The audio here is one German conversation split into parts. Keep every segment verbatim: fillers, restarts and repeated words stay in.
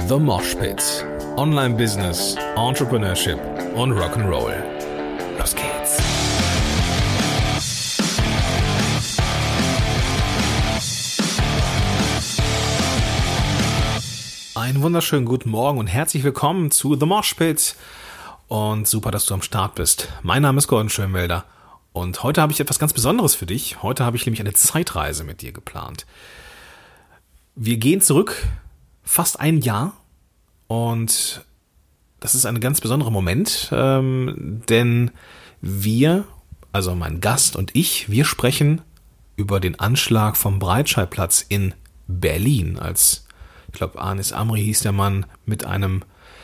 The Mosh Pit. Online Business, Entrepreneurship und Rock'n'Roll. Los geht's. Einen wunderschönen guten Morgen und herzlich willkommen zu The Mosh Pit. Und super, dass du am Start bist. Mein Name ist Gordon Schönwelder und heute habe ich etwas ganz Besonderes für dich. Heute habe ich nämlich eine Zeitreise mit dir geplant. Wir gehen zurück fast ein Jahr und das ist ein ganz besonderer Moment, ähm, denn wir, also mein Gast und ich, wir sprechen über den Anschlag vom Breitscheidplatz in Berlin, als, ich glaube, Anis Amri hieß der Mann, mit einem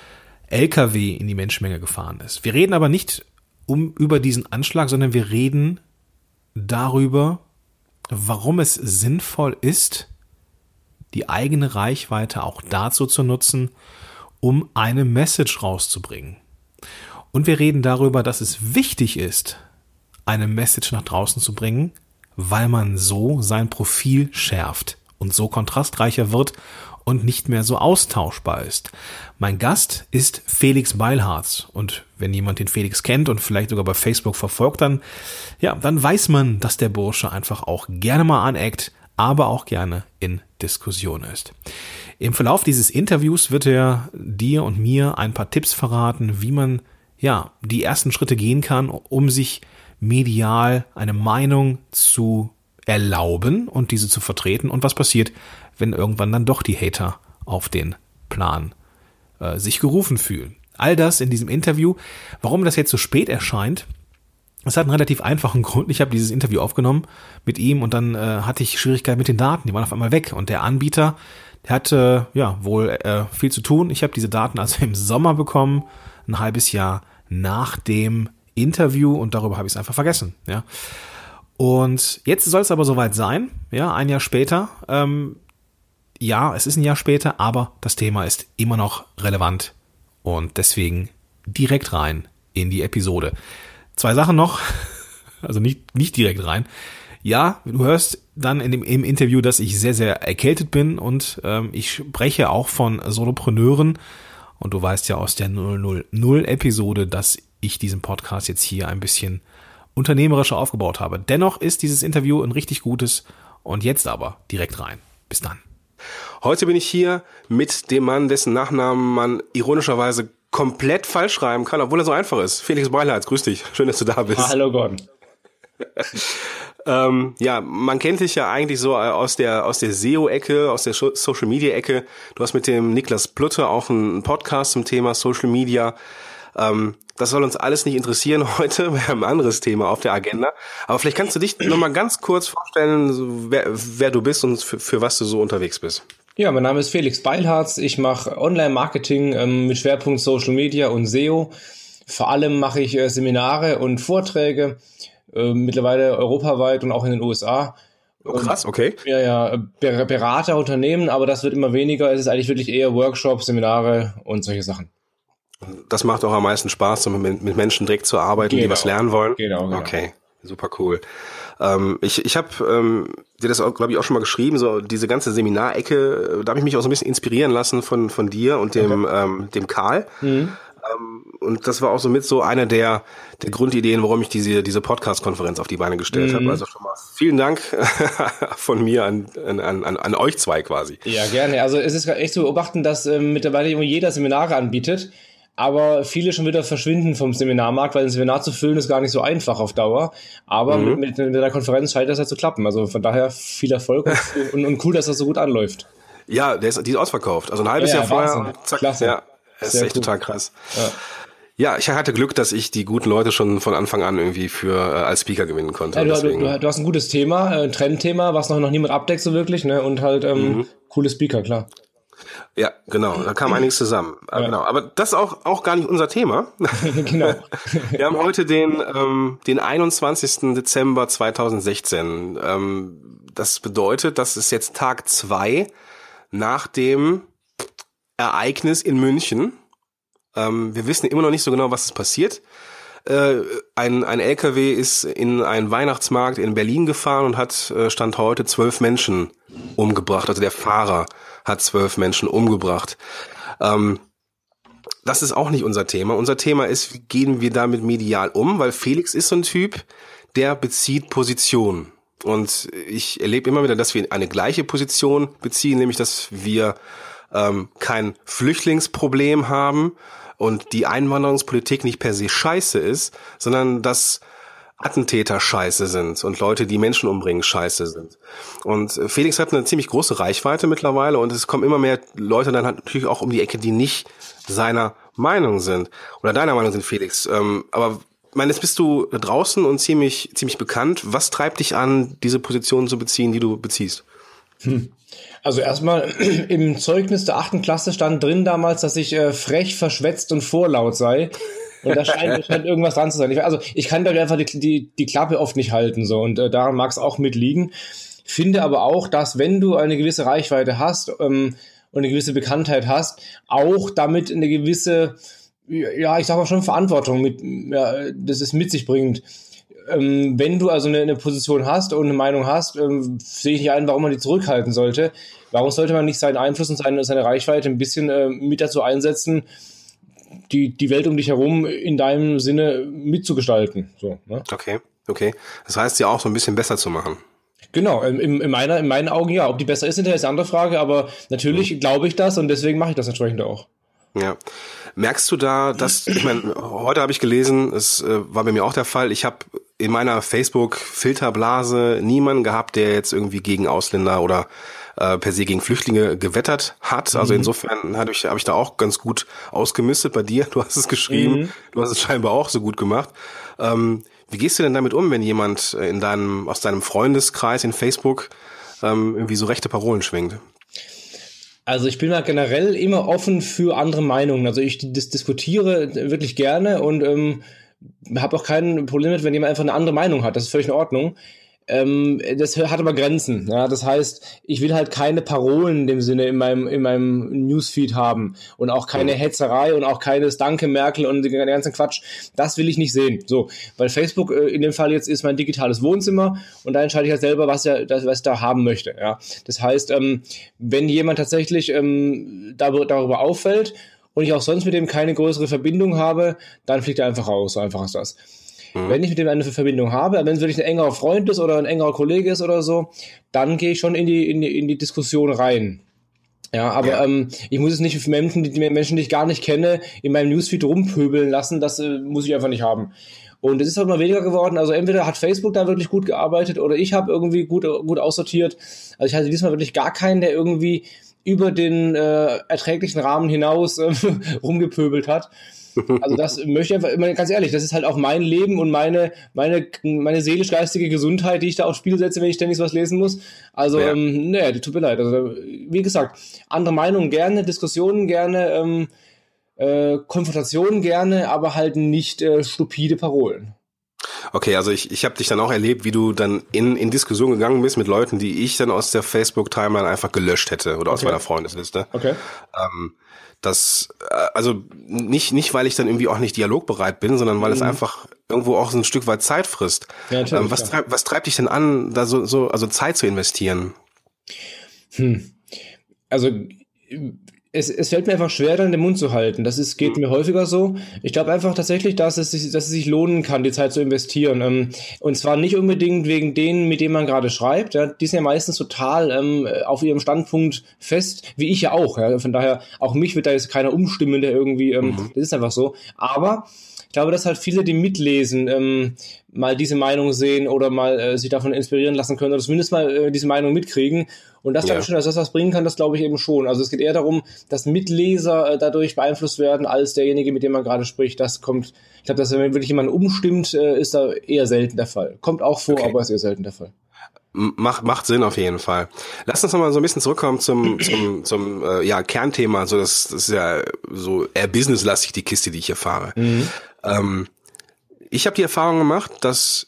L K W in die Menschenmenge gefahren ist. Wir reden aber nicht um über diesen Anschlag, sondern wir reden darüber, warum es sinnvoll ist, die eigene Reichweite auch dazu zu nutzen, um eine Message rauszubringen. Und wir reden darüber, dass es wichtig ist, eine Message nach draußen zu bringen, weil man so sein Profil schärft und so kontrastreicher wird und nicht mehr so austauschbar ist. Mein Gast ist Felix Beilharz und wenn jemand den Felix kennt und vielleicht sogar bei Facebook verfolgt, dann, ja, dann weiß man, dass der Bursche einfach auch gerne mal aneckt, aber auch gerne in Diskussion ist. Im Verlauf dieses Interviews wird er dir und mir ein paar Tipps verraten, wie man ja die ersten Schritte gehen kann, um sich medial eine Meinung zu erlauben und diese zu vertreten und was passiert, wenn irgendwann dann doch die Hater auf den Plan äh, sich gerufen fühlen. All das in diesem Interview. Warum das jetzt so spät erscheint, es hat einen relativ einfachen Grund. Ich habe dieses Interview aufgenommen mit ihm und dann äh, hatte ich Schwierigkeiten mit den Daten. Die waren auf einmal weg und der Anbieter, der hatte ja wohl äh, viel zu tun. Ich habe diese Daten also im Sommer bekommen, ein halbes Jahr nach dem Interview und darüber habe ich es einfach vergessen. Ja. Und jetzt soll es aber soweit sein, ja, ein Jahr später. Ähm, ja, es ist ein Jahr später, aber das Thema ist immer noch relevant und deswegen direkt rein in die Episode. Zwei Sachen noch, also nicht nicht direkt rein. Ja, du hörst dann in dem im Interview, dass ich sehr, sehr erkältet bin und ähm, ich spreche auch von Solopreneuren und du weißt ja aus der null null null Episode, dass ich diesen Podcast jetzt hier ein bisschen unternehmerischer aufgebaut habe. Dennoch ist dieses Interview ein richtig gutes und jetzt aber direkt rein. Bis dann. Heute bin ich hier mit dem Mann, dessen Nachnamen man ironischerweise komplett falsch schreiben kann, obwohl er so einfach ist. Felix Beilharz, grüß dich. Schön, dass du da bist. Hallo Gordon. ähm, ja, man kennt dich ja eigentlich so aus der aus der S E O-Ecke, aus der Social-Media-Ecke. Du hast mit dem Niklas Plutte auch einen Podcast zum Thema Social Media. Ähm, das soll uns alles nicht interessieren heute. Wir haben ein anderes Thema auf der Agenda. Aber vielleicht kannst du dich nochmal ganz kurz vorstellen, wer, wer du bist und für, für was du so unterwegs bist. Ja, mein Name ist Felix Beilharz. Ich mache Online-Marketing ähm, mit Schwerpunkt Social Media und S E O. Vor allem mache ich äh, Seminare und Vorträge, äh, mittlerweile europaweit und auch in den U S A. Oh, krass, okay. Ja, ja, Ber- Berater, Unternehmen, aber das wird immer weniger. Es ist eigentlich wirklich eher Workshops, Seminare und solche Sachen. Das macht auch am meisten Spaß, so mit, mit Menschen direkt zu arbeiten, genau, die was lernen wollen. Genau, genau. Okay, super cool. Ähm, ich ich habe ähm, dir das auch, glaube ich, auch schon mal geschrieben, so diese ganze Seminarecke, da habe ich mich auch so ein bisschen inspirieren lassen von von dir und dem okay. ähm, dem Karl. Mhm. Ähm, und das war auch so mit so einer der der Grundideen, warum ich diese diese Podcast-Konferenz auf die Beine gestellt mhm. habe. Also schon mal vielen Dank von mir an, an an an euch zwei quasi. Ja, gerne. Also es ist echt zu beobachten, dass ähm, mittlerweile jeder Seminare anbietet. Aber viele schon wieder verschwinden vom Seminarmarkt, weil ein Seminar zu füllen ist gar nicht so einfach auf Dauer. Aber mhm. mit, mit der Konferenz scheint das ja zu klappen. Also von daher viel Erfolg und, und cool, dass das so gut anläuft. Ja, der ist, die ist ausverkauft. Also ein halbes ja, Jahr Wahnsinn. vorher. Zack, Klasse. Ja, das ist echt cool. Total krass. Ja. Ja, ich hatte Glück, dass ich die guten Leute schon von Anfang an irgendwie für äh, als Speaker gewinnen konnte. Ja, du, du, du hast ein gutes Thema, ein Trendthema, was noch, noch niemand abdeckt so wirklich, ne? Und halt ähm, mhm. coole Speaker, klar. Ja, genau, da kam einiges zusammen. Ja. Genau. Aber das ist auch, auch gar nicht unser Thema. Genau. Wir haben heute den, ähm, den einundzwanzigsten Dezember zweitausendsechzehn. Ähm, das bedeutet, das ist jetzt Tag zwei nach dem Ereignis in München. Ähm, wir wissen immer noch nicht so genau, was ist passiert. Äh, ein, ein L K W ist in einen Weihnachtsmarkt in Berlin gefahren und hat, äh, Stand heute, zwölf Menschen umgebracht. Also der Fahrer hat zwölf Menschen umgebracht. Ähm, das ist auch nicht unser Thema. Unser Thema ist, wie gehen wir damit medial um, weil Felix ist so ein Typ, der bezieht Position. Und ich erlebe immer wieder, dass wir eine gleiche Position beziehen, nämlich dass wir ähm, kein Flüchtlingsproblem haben und die Einwanderungspolitik nicht per se scheiße ist, sondern dass Attentäter scheiße sind und Leute, die Menschen umbringen, scheiße sind. Und Felix hat eine ziemlich große Reichweite mittlerweile und es kommen immer mehr Leute dann halt natürlich auch um die Ecke, die nicht seiner Meinung sind oder deiner Meinung sind, Felix. Ähm, aber ich meine, jetzt bist du draußen und ziemlich ziemlich bekannt. Was treibt dich an, diese Position zu beziehen, die du beziehst? Hm. Also erstmal im Zeugnis der achten Klasse stand drin damals, dass ich äh, frech, verschwätzt und vorlaut sei. Und da scheint, scheint irgendwas dran zu sein. Ich, also ich kann da einfach die, die, die Klappe oft nicht halten so und äh, daran mag es auch mitliegen. Finde aber auch, dass wenn du eine gewisse Reichweite hast ähm, und eine gewisse Bekanntheit hast, auch damit eine gewisse, ja, ich sag mal schon Verantwortung mit, ja, das ist mit sich bringend. Ähm, wenn du also eine, eine Position hast und eine Meinung hast, ähm, sehe ich nicht ein, warum man die zurückhalten sollte. Warum sollte man nicht seinen Einfluss und seine, seine Reichweite ein bisschen äh, mit dazu einsetzen, die, die Welt um dich herum in deinem Sinne mitzugestalten. So, ne? Okay, okay. Das heißt ja auch so ein bisschen besser zu machen. Genau, in, in, meiner, in meinen Augen ja. Ob die besser ist, ist eine andere Frage, aber natürlich mhm. glaube ich das und deswegen mache ich das entsprechend auch. Ja. Merkst du da, dass, ich meine, heute habe ich gelesen, es äh, war bei mir auch der Fall, ich habe in meiner Facebook-Filterblase niemanden gehabt, der jetzt irgendwie gegen Ausländer oder äh, per se gegen Flüchtlinge gewettert hat. Also mhm. insofern habe ich, hab ich da auch ganz gut ausgemistet bei dir. Du hast es geschrieben, mhm. du hast es scheinbar auch so gut gemacht. Ähm, wie gehst du denn damit um, wenn jemand in deinem aus deinem Freundeskreis in Facebook ähm, irgendwie so rechte Parolen schwingt? Also ich bin mal generell immer offen für andere Meinungen. Also ich dis- diskutiere wirklich gerne und ähm, habe auch kein Problem mit, wenn jemand einfach eine andere Meinung hat. Das ist völlig in Ordnung. Ähm, das hat aber Grenzen. Ja? Das heißt, ich will halt keine Parolen in dem Sinne in meinem in meinem Newsfeed haben und auch keine Hetzerei und auch keines Danke Merkel und den ganzen Quatsch. Das will ich nicht sehen. So, weil Facebook äh, in dem Fall jetzt ist mein digitales Wohnzimmer und da entscheide ich halt selber, was er was ich da haben möchte. Ja, das heißt, ähm, wenn jemand tatsächlich ähm, darüber auffällt und ich auch sonst mit dem keine größere Verbindung habe, dann fliegt er einfach raus. So einfach ist das. Mhm. Wenn ich mit dem eine Verbindung habe, wenn es wirklich ein engerer Freund ist oder ein engerer Kollege ist oder so, dann gehe ich schon in die, in die, in die Diskussion rein. Ja, aber ja. Ähm, ich muss es nicht für Menschen, die, die Menschen, die ich gar nicht kenne, in meinem Newsfeed rumpöbeln lassen. Das äh, muss ich einfach nicht haben. Und es ist halt mal weniger geworden. Also entweder hat Facebook da wirklich gut gearbeitet oder ich habe irgendwie gut, gut aussortiert. Also ich hatte diesmal wirklich gar keinen, der irgendwie über den äh, erträglichen Rahmen hinaus äh, rumgepöbelt hat. Also das möchte ich einfach immer, ganz ehrlich, das ist halt auch mein Leben und meine meine meine seelisch-geistige Gesundheit, die ich da aufs Spiel setze, wenn ich ständig sowas lesen muss. Also, ja. ähm, nee, tut mir leid. Also, wie gesagt, andere Meinungen gerne, Diskussionen gerne, ähm, äh, Konfrontationen gerne, aber halt nicht äh, stupide Parolen. Okay, also ich ich habe dich dann auch erlebt, wie du dann in in Diskussion gegangen bist mit Leuten, die ich dann aus der Facebook-Timeline einfach gelöscht hätte oder aus okay. meiner Freundesliste. Okay. Ähm, Das, also nicht, nicht, weil ich dann irgendwie auch nicht dialogbereit bin, sondern weil mhm. es einfach irgendwo auch so ein Stück weit Zeit frisst. Ja, ähm, was, treib, was treibt dich denn an, da so, so, also Zeit zu investieren? Hm. Also, es, es fällt mir einfach schwer, dann den Mund zu halten. Das ist, geht mhm. mir häufiger so. Ich glaube einfach tatsächlich, dass es, sich, dass es sich lohnen kann, die Zeit zu investieren. Ähm, und zwar nicht unbedingt wegen denen, mit denen man gerade schreibt. Ja. Die sind ja meistens total ähm, auf ihrem Standpunkt fest, wie ich ja auch. Ja. Von daher, auch mich wird da jetzt keiner umstimmen, der irgendwie, ähm, mhm. das ist einfach so. Aber ich glaube, dass halt viele, die mitlesen, ähm, mal diese Meinung sehen oder mal äh, sich davon inspirieren lassen können oder zumindest mal äh, diese Meinung mitkriegen. Und das ja. glaube ich schon, dass das was bringen kann, das glaube ich eben schon. Also es geht eher darum, dass Mitleser äh, dadurch beeinflusst werden, als derjenige, mit dem man gerade spricht. Das kommt, ich glaube, dass wenn wirklich jemand umstimmt, äh, ist da eher selten der Fall. Kommt auch vor, okay. aber ist eher selten der Fall. Macht, macht Sinn auf jeden Fall. Lass uns noch mal so ein bisschen zurückkommen zum, zum, zum äh, ja, Kernthema. Also das, das ist ja so eher businesslastig, die Kiste, die ich hier fahre. Mhm. Ähm, ich habe die Erfahrung gemacht, dass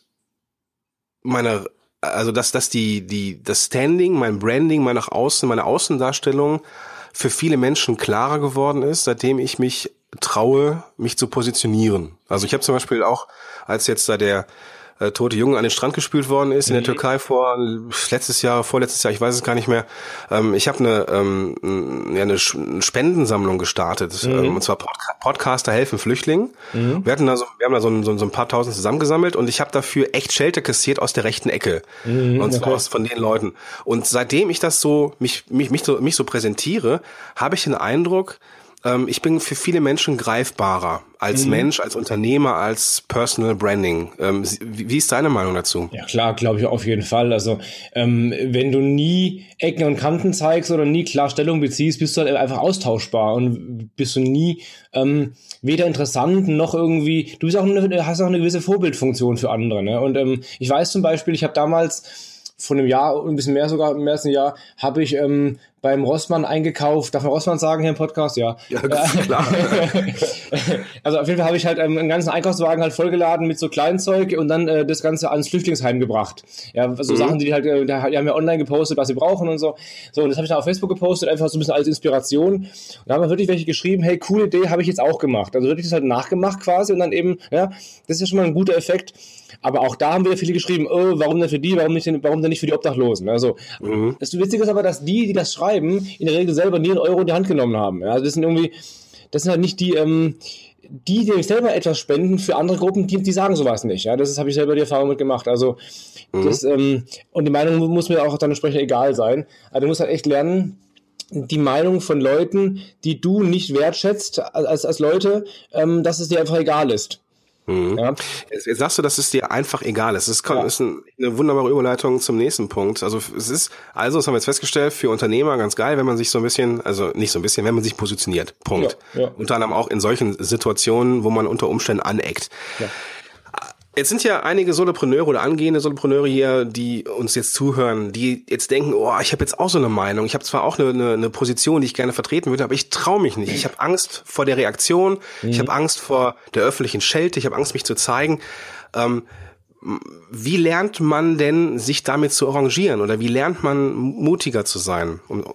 meine, also dass, dass die, die, das Standing, mein Branding, meine nach außen, meine Außendarstellung für viele Menschen klarer geworden ist, seitdem ich mich traue, mich zu positionieren. Also ich habe zum Beispiel auch, als jetzt da der äh, tote Junge an den Strand gespült worden ist in der Türkei vor letztes Jahr, vorletztes Jahr, ich weiß es gar nicht mehr. Ähm, ich habe eine, ähm, ja, eine Spendensammlung gestartet, mhm. ähm, und zwar Podca- Podcaster helfen Flüchtlingen. Mhm. Wir hatten da so, wir haben da so ein, so, so ein paar Tausend zusammengesammelt und ich habe dafür echt Schelte kassiert aus der rechten Ecke, mhm, und zwar okay. aus von den Leuten. Und seitdem ich das so mich mich mich so, mich so präsentiere, habe ich den Eindruck, ich bin für viele Menschen greifbarer als mhm. Mensch, als Unternehmer, als Personal Branding. Wie ist deine Meinung dazu? Ja klar, glaube ich auf jeden Fall. Also ähm, wenn du nie Ecken und Kanten zeigst oder nie klar Stellung beziehst, bist du halt einfach austauschbar und bist du nie ähm, weder interessant noch irgendwie, du bist auch eine, hast auch eine gewisse Vorbildfunktion für andere. Ne? Und ähm, ich weiß zum Beispiel, ich habe damals vor einem Jahr, ein bisschen mehr sogar, im ersten Jahr, habe ich ähm, beim Rossmann eingekauft. Darf man Rossmann sagen hier im Podcast? Ja. Ja, klar. Also auf jeden Fall habe ich halt ähm, einen ganzen Einkaufswagen halt vollgeladen mit so Kleinzeug und dann äh, das Ganze ans Flüchtlingsheim gebracht. Ja, so mhm. Sachen, die halt, äh, die haben ja online gepostet, was sie brauchen und so. So, und das habe ich dann auf Facebook gepostet, einfach so ein bisschen als Inspiration. Und da haben wir wirklich welche geschrieben, hey, coole Idee, habe ich jetzt auch gemacht. Also wirklich das halt nachgemacht quasi und dann eben, ja, das ist ja schon mal ein guter Effekt. Aber auch da haben wieder viele geschrieben, oh, warum denn für die, warum nicht, warum denn nicht für die Obdachlosen? Also, mhm. das Witzige ist aber, dass die, die das schreiben, in der Regel selber nie einen Euro in die Hand genommen haben. Ja, also das sind irgendwie, das sind halt nicht die, ähm, die, die selber etwas spenden für andere Gruppen, die, die sagen sowas nicht. Ja, das ist, habe ich selber die Erfahrung mit gemacht. Also, mhm. das, ähm, und die Meinung muss mir auch dann entsprechend egal sein. Also, du musst halt echt lernen, die Meinung von Leuten, die du nicht wertschätzt als, als Leute, ähm, dass es dir einfach egal ist. Mhm. Ja. Jetzt, jetzt sagst du, dass es dir einfach egal ist. Das ist, ja. ist ein, eine wunderbare Überleitung zum nächsten Punkt. Also es ist, also das haben wir jetzt festgestellt, für Unternehmer ganz geil, wenn man sich so ein bisschen, also nicht so ein bisschen, wenn man sich positioniert. Punkt. Ja, ja. Unter anderem auch in solchen Situationen, wo man unter Umständen aneckt. Ja. Jetzt sind ja einige Solopreneure oder angehende Solopreneure hier, die uns jetzt zuhören, die jetzt denken, oh, ich habe jetzt auch so eine Meinung. Ich habe zwar auch eine, eine, eine Position, die ich gerne vertreten würde, aber ich traue mich nicht. Ich habe Angst vor der Reaktion. Mhm. Ich habe Angst vor der öffentlichen Schelte. Ich habe Angst, mich zu zeigen. Ähm, wie lernt man denn, sich damit zu arrangieren? Oder wie lernt man, mutiger zu sein? Um,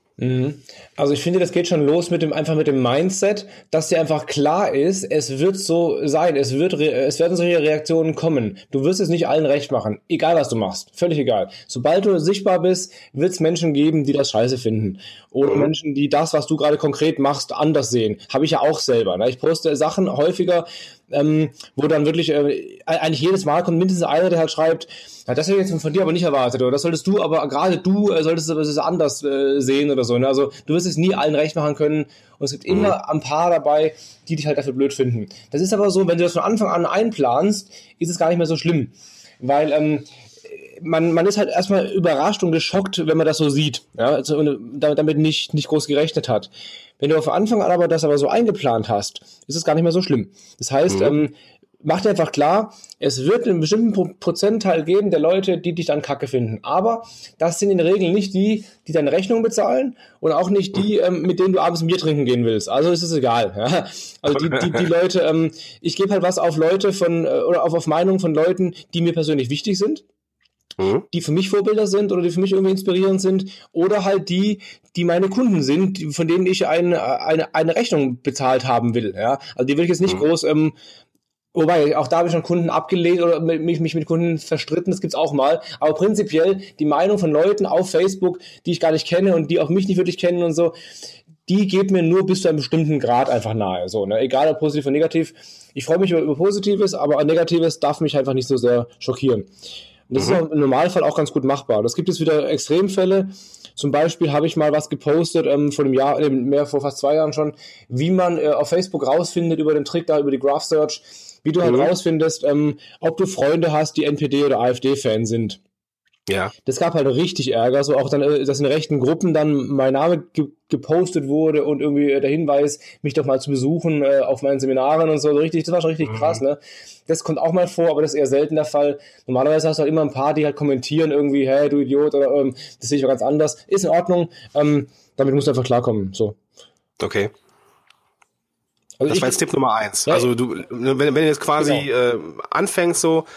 Also ich finde, das geht schon los mit dem, einfach mit dem Mindset, dass dir einfach klar ist, es wird so sein, es wird, es werden solche Reaktionen kommen. Du wirst es nicht allen recht machen, egal was du machst, völlig egal. Sobald du sichtbar bist, wird es Menschen geben, die das scheiße finden. Oder mhm. Menschen, die das, was du gerade konkret machst, anders sehen. Habe ich ja auch selber. Ne? Ich poste Sachen häufiger, ähm, wo dann wirklich, äh, eigentlich jedes Mal kommt mindestens einer, der halt schreibt, ja, das hätte ich jetzt von dir aber nicht erwartet, oder das solltest du, aber gerade du äh, solltest es anders äh, sehen oder so. Ne? Also du wirst es nie allen recht machen können und es gibt mhm. immer ein paar dabei, die dich halt dafür blöd finden. Das ist aber so, wenn du das von Anfang an einplanst, ist es gar nicht mehr so schlimm, weil ähm, man, man ist halt erstmal überrascht und geschockt, wenn man das so sieht, ja, also, und damit nicht, nicht groß gerechnet hat. Wenn du von Anfang an aber das aber so eingeplant hast, ist es gar nicht mehr so schlimm. Das heißt, mhm. ähm, mach dir einfach klar, es wird einen bestimmten Prozentteil geben der Leute, die dich dann kacke finden. Aber das sind in der Regel nicht die, die deine Rechnung bezahlen und auch nicht die, ähm, mit denen du abends ein Bier trinken gehen willst. Also ist es egal. Ja? Also die, die, die Leute, ähm, ich gebe halt was auf Leute von, äh, oder auf, auf Meinungen von Leuten, die mir persönlich wichtig sind, mhm. die für mich Vorbilder sind oder die für mich irgendwie inspirierend sind, oder halt die, die meine Kunden sind, die, von denen ich eine, eine, eine Rechnung bezahlt haben will. Ja? Also die will ich jetzt nicht mhm. groß, ähm, wobei, auch da habe ich schon Kunden abgelehnt oder mich, mich mit Kunden verstritten, das gibt's auch mal. Aber prinzipiell die Meinung von Leuten auf Facebook, die ich gar nicht kenne und die auch mich nicht wirklich kennen und so, die geht mir nur bis zu einem bestimmten Grad einfach nahe. So, ne? Egal ob positiv oder negativ. Ich freue mich über, über Positives, aber Negatives darf mich einfach nicht so sehr schockieren. Und das mhm. ist auch im Normalfall auch ganz gut machbar. Das gibt es wieder Extremfälle. Zum Beispiel habe ich mal was gepostet, ähm, vor einem Jahr, äh, mehr vor fast zwei Jahren schon, wie man äh, auf Facebook rausfindet über den Trick da, über die Graph Search, wie du halt mhm. rausfindest, ähm, ob du Freunde hast, die N P D- oder AfD-Fan sind. Ja. Das gab halt richtig Ärger, so auch dann, dass in rechten Gruppen dann mein Name ge- gepostet wurde und irgendwie der Hinweis, mich doch mal zu besuchen äh, auf meinen Seminaren und so, so richtig, das war schon richtig mhm. krass, ne? Das kommt auch mal vor, aber das ist eher selten der Fall. Normalerweise hast du halt immer ein paar, die halt kommentieren irgendwie, hey, du Idiot, oder ähm, das sehe ich auch ganz anders. Ist in Ordnung, ähm, damit musst du einfach klarkommen, so. Okay. Also das ich, war jetzt Tipp Nummer eins. Ja, also du, wenn, wenn du jetzt quasi genau. äh, anfängst so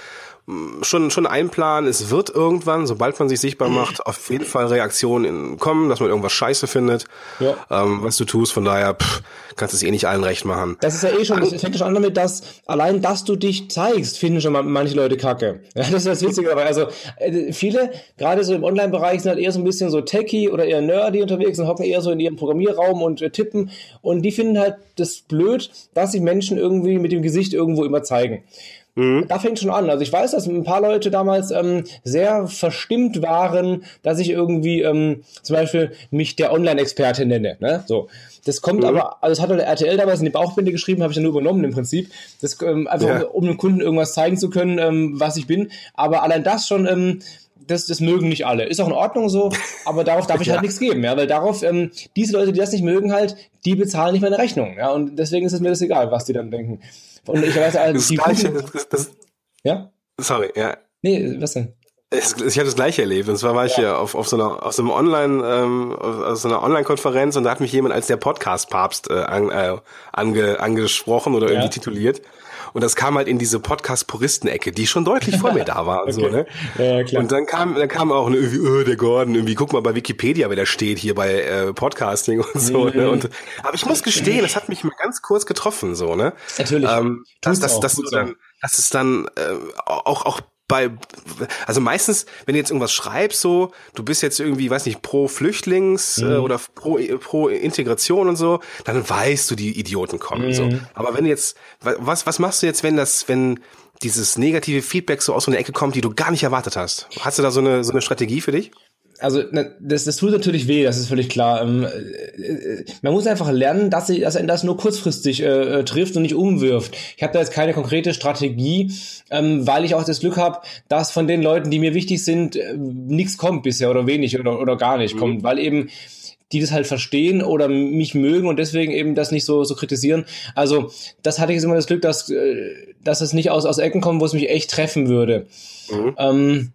schon schon einplanen, es wird irgendwann, sobald man sich sichtbar macht, auf jeden Fall Reaktionen kommen, dass man irgendwas scheiße findet, ja. ähm, was du tust. Von daher pff, kannst du es eh nicht allen recht machen. Das ist ja eh schon, das fängt schon an damit, dass allein, dass du dich zeigst, finden schon mal manche Leute kacke. Ja, das ist das Witzige dabei. Also viele, gerade so im Online-Bereich, sind halt eher so ein bisschen so techy oder eher nerdy unterwegs und hocken eher so in ihrem Programmierraum und äh, tippen. Und die finden halt das blöd, dass sich Menschen irgendwie mit dem Gesicht irgendwo immer zeigen. Mhm. Da fängt schon an. Also ich weiß, dass ein paar Leute damals ähm, sehr verstimmt waren, dass ich irgendwie ähm, zum Beispiel mich der Online-Experte nenne. Ne? So. Das kommt mhm. aber, also das hat der R T L damals in die Bauchbinde geschrieben, habe ich dann nur übernommen im Prinzip. Das, ähm, einfach ja. um, um dem Kunden irgendwas zeigen zu können, ähm, was ich bin. Aber allein das schon, ähm, das, das mögen nicht alle. Ist auch in Ordnung so, aber darauf darf ich ja. halt nichts geben, ja, weil darauf, ähm, diese Leute, die das nicht mögen halt, die bezahlen nicht meine Rechnung, ja, und deswegen ist es mir das egal, was die dann denken. Und ich weiß also, das die Gleiche, das, das, ja? Sorry, ja. Nee, was denn? Ich, ich habe das Gleiche erlebt. Und zwar war ich ja. hier auf, auf so einer, auf so einem Online, ähm, auf so einer Online-Konferenz und da hat mich jemand als der Podcast-Papst äh, an, äh, ange, angesprochen oder irgendwie ja. tituliert. Und das kam halt in diese Podcast-Puristen-Ecke, die schon deutlich vor mir da war. Und, okay. so, ne? Ja, klar. Und dann kam, dann kam auch ne, irgendwie, oh, der Gordon, irgendwie, guck mal bei Wikipedia, wer da steht hier bei äh, Podcasting und so. Mhm. Ne? Und, aber ich muss gestehen, das hat mich mal ganz kurz getroffen, so, ne? Natürlich. Ähm, dass, dass, dass, du dann, dass es dann äh, auch, auch bei, also meistens, wenn du jetzt irgendwas schreibst, so, du bist jetzt irgendwie, weiß nicht, pro Flüchtlings mhm. äh, oder pro, pro Integration und so, dann weißt du, die Idioten kommen, mhm. so. Aber wenn du jetzt, was, was machst du jetzt, wenn das, wenn dieses negative Feedback so aus so einer Ecke kommt, die du gar nicht erwartet hast? Hast du da so eine, so eine Strategie für dich? Also das, das tut natürlich weh, das ist völlig klar. Ähm, äh, man muss einfach lernen, dass, sie, dass einen das nur kurzfristig äh, trifft und nicht umwirft. Ich habe da jetzt keine konkrete Strategie, ähm, weil ich auch das Glück habe, dass von den Leuten, die mir wichtig sind, äh, nichts kommt bisher oder wenig oder, oder gar nicht mhm. kommt, weil eben die das halt verstehen oder mich mögen und deswegen eben das nicht so so kritisieren. Also das hatte ich jetzt immer das Glück, dass, dass es nicht aus, aus Ecken kommt, wo es mich echt treffen würde. Mhm. Ähm,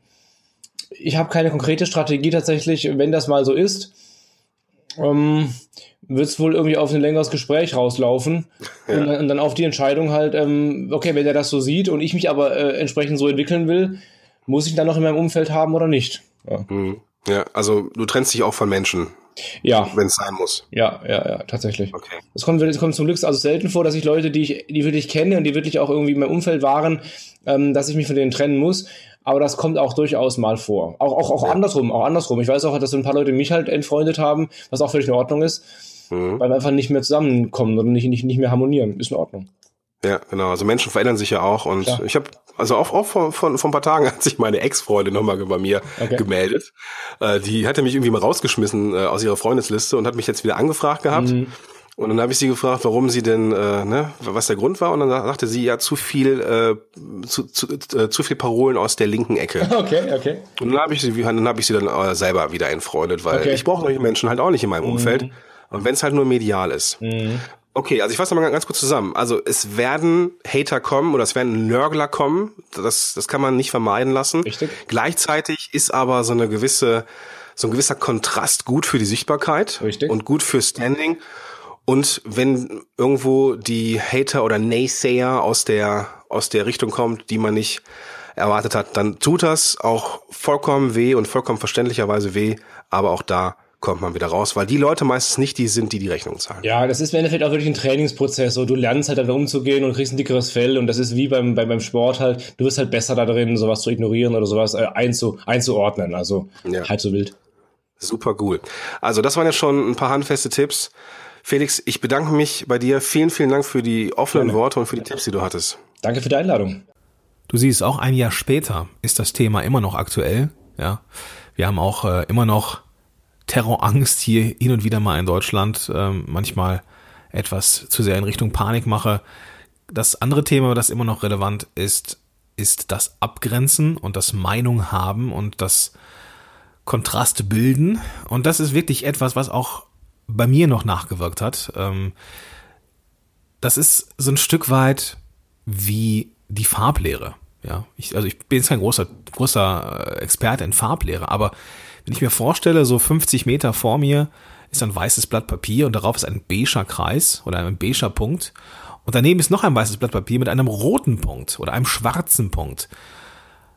Ich habe keine konkrete Strategie tatsächlich, wenn das mal so ist, ähm, wird es wohl irgendwie auf ein längeres Gespräch rauslaufen ja. und, dann, und dann auf die Entscheidung halt, ähm, okay, wenn der das so sieht und ich mich aber äh, entsprechend so entwickeln will, muss ich dann noch in meinem Umfeld haben oder nicht. Ja, mhm. ja also du trennst dich auch von Menschen. Ja. Wenn es sein muss. Ja, ja, ja, tatsächlich. Okay. Es kommt, es kommt zum Glück also selten vor, dass ich Leute, die ich, die wirklich kenne und die wirklich auch irgendwie in meinem Umfeld waren, ähm, dass ich mich von denen trennen muss. Aber das kommt auch durchaus mal vor. Auch, auch, auch ja. andersrum, auch andersrum. Ich weiß auch, dass so ein paar Leute mich halt entfreundet haben, was auch völlig in Ordnung ist, mhm. weil wir einfach nicht mehr zusammenkommen oder nicht, nicht, nicht mehr harmonieren. Ist in Ordnung. Ja, genau. Also Menschen verändern sich ja auch und Klar. ich habe also auch, auch vor, vor, vor ein paar Tagen hat sich meine Ex-Freundin nochmal bei mir okay. gemeldet. Äh, die hatte mich irgendwie mal rausgeschmissen äh, aus ihrer Freundesliste und hat mich jetzt wieder angefragt gehabt. Mhm. Und dann habe ich sie gefragt, warum sie denn, äh, ne, was der Grund war. Und dann sagte sie, ja, zu viel, äh, zu, zu, äh, zu viel Parolen aus der linken Ecke. Okay, okay. Und dann habe ich sie, dann habe ich sie dann äh, selber wieder entfreundet, weil okay. ich brauche solche Menschen halt auch nicht in meinem Umfeld. Mhm. Und wenn es halt nur medial ist. Mhm. Okay, also ich fasse nochmal ganz kurz zusammen. Also es werden Hater kommen oder es werden Nörgler kommen. Das, das kann man nicht vermeiden lassen. Richtig. Gleichzeitig ist aber so eine gewisse, so ein gewisser Kontrast gut für die Sichtbarkeit. Richtig. Und gut für Standing. Und wenn irgendwo die Hater oder Naysayer aus der, aus der Richtung kommt, die man nicht erwartet hat, dann tut das auch vollkommen weh und vollkommen verständlicherweise weh. Aber auch da kommt man wieder raus, weil die Leute meistens nicht die sind, die die Rechnung zahlen. Ja, das ist im Endeffekt auch wirklich ein Trainingsprozess. So, du lernst halt damit umzugehen und kriegst ein dickeres Fell und das ist wie beim, beim, beim Sport halt. Du wirst halt besser da drin, sowas zu ignorieren oder sowas äh, einzu, einzuordnen. Also ja. halb so wild. Super cool. Also das waren ja schon ein paar handfeste Tipps. Felix, ich bedanke mich bei dir. Vielen, vielen Dank für die offenen Gerne. Worte und für die Tipps, die du hattest. Danke für die Einladung. Du siehst, auch ein Jahr später ist das Thema immer noch aktuell. Ja, wir haben auch äh, immer noch Terrorangst hier hin und wieder mal in Deutschland, ähm, manchmal etwas zu sehr in Richtung Panikmache. Das andere Thema, das immer noch relevant ist, ist das Abgrenzen und das Meinung haben und das Kontrast bilden. Und das ist wirklich etwas, was auch bei mir noch nachgewirkt hat. Ähm, das ist so ein Stück weit wie die Farblehre. Ja, ich, also ich bin jetzt kein großer, großer Experte in Farblehre, aber wenn ich mir vorstelle, so fünfzig Meter vor mir ist ein weißes Blatt Papier und darauf ist ein beiger Kreis oder ein beiger Punkt und daneben ist noch ein weißes Blatt Papier mit einem roten Punkt oder einem schwarzen Punkt.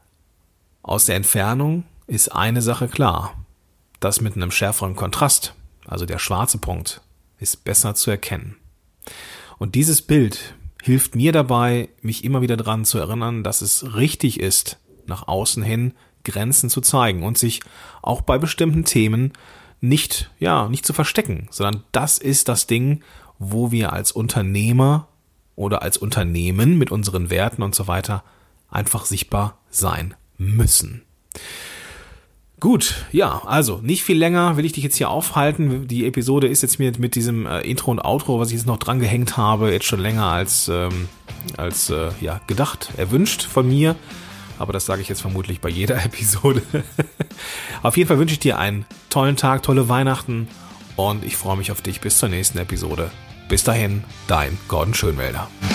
Aus der Entfernung ist eine Sache klar. Das mit einem schärferen Kontrast, also der schwarze Punkt, ist besser zu erkennen. Und dieses Bild hilft mir dabei, mich immer wieder daran zu erinnern, dass es richtig ist, nach außen hin Grenzen zu zeigen und sich auch bei bestimmten Themen nicht, ja, nicht zu verstecken, sondern das ist das Ding, wo wir als Unternehmer oder als Unternehmen mit unseren Werten und so weiter einfach sichtbar sein müssen. Gut, ja, also nicht viel länger will ich dich jetzt hier aufhalten. Die Episode ist jetzt mit, mit diesem äh, Intro und Outro, was ich jetzt noch dran gehängt habe, jetzt schon länger als, ähm, als äh, ja, gedacht, erwünscht von mir. Aber das sage ich jetzt vermutlich bei jeder Episode. Auf jeden Fall wünsche ich dir einen tollen Tag, tolle Weihnachten und ich freue mich auf dich bis zur nächsten Episode. Bis dahin, dein Gordon Schönwälder.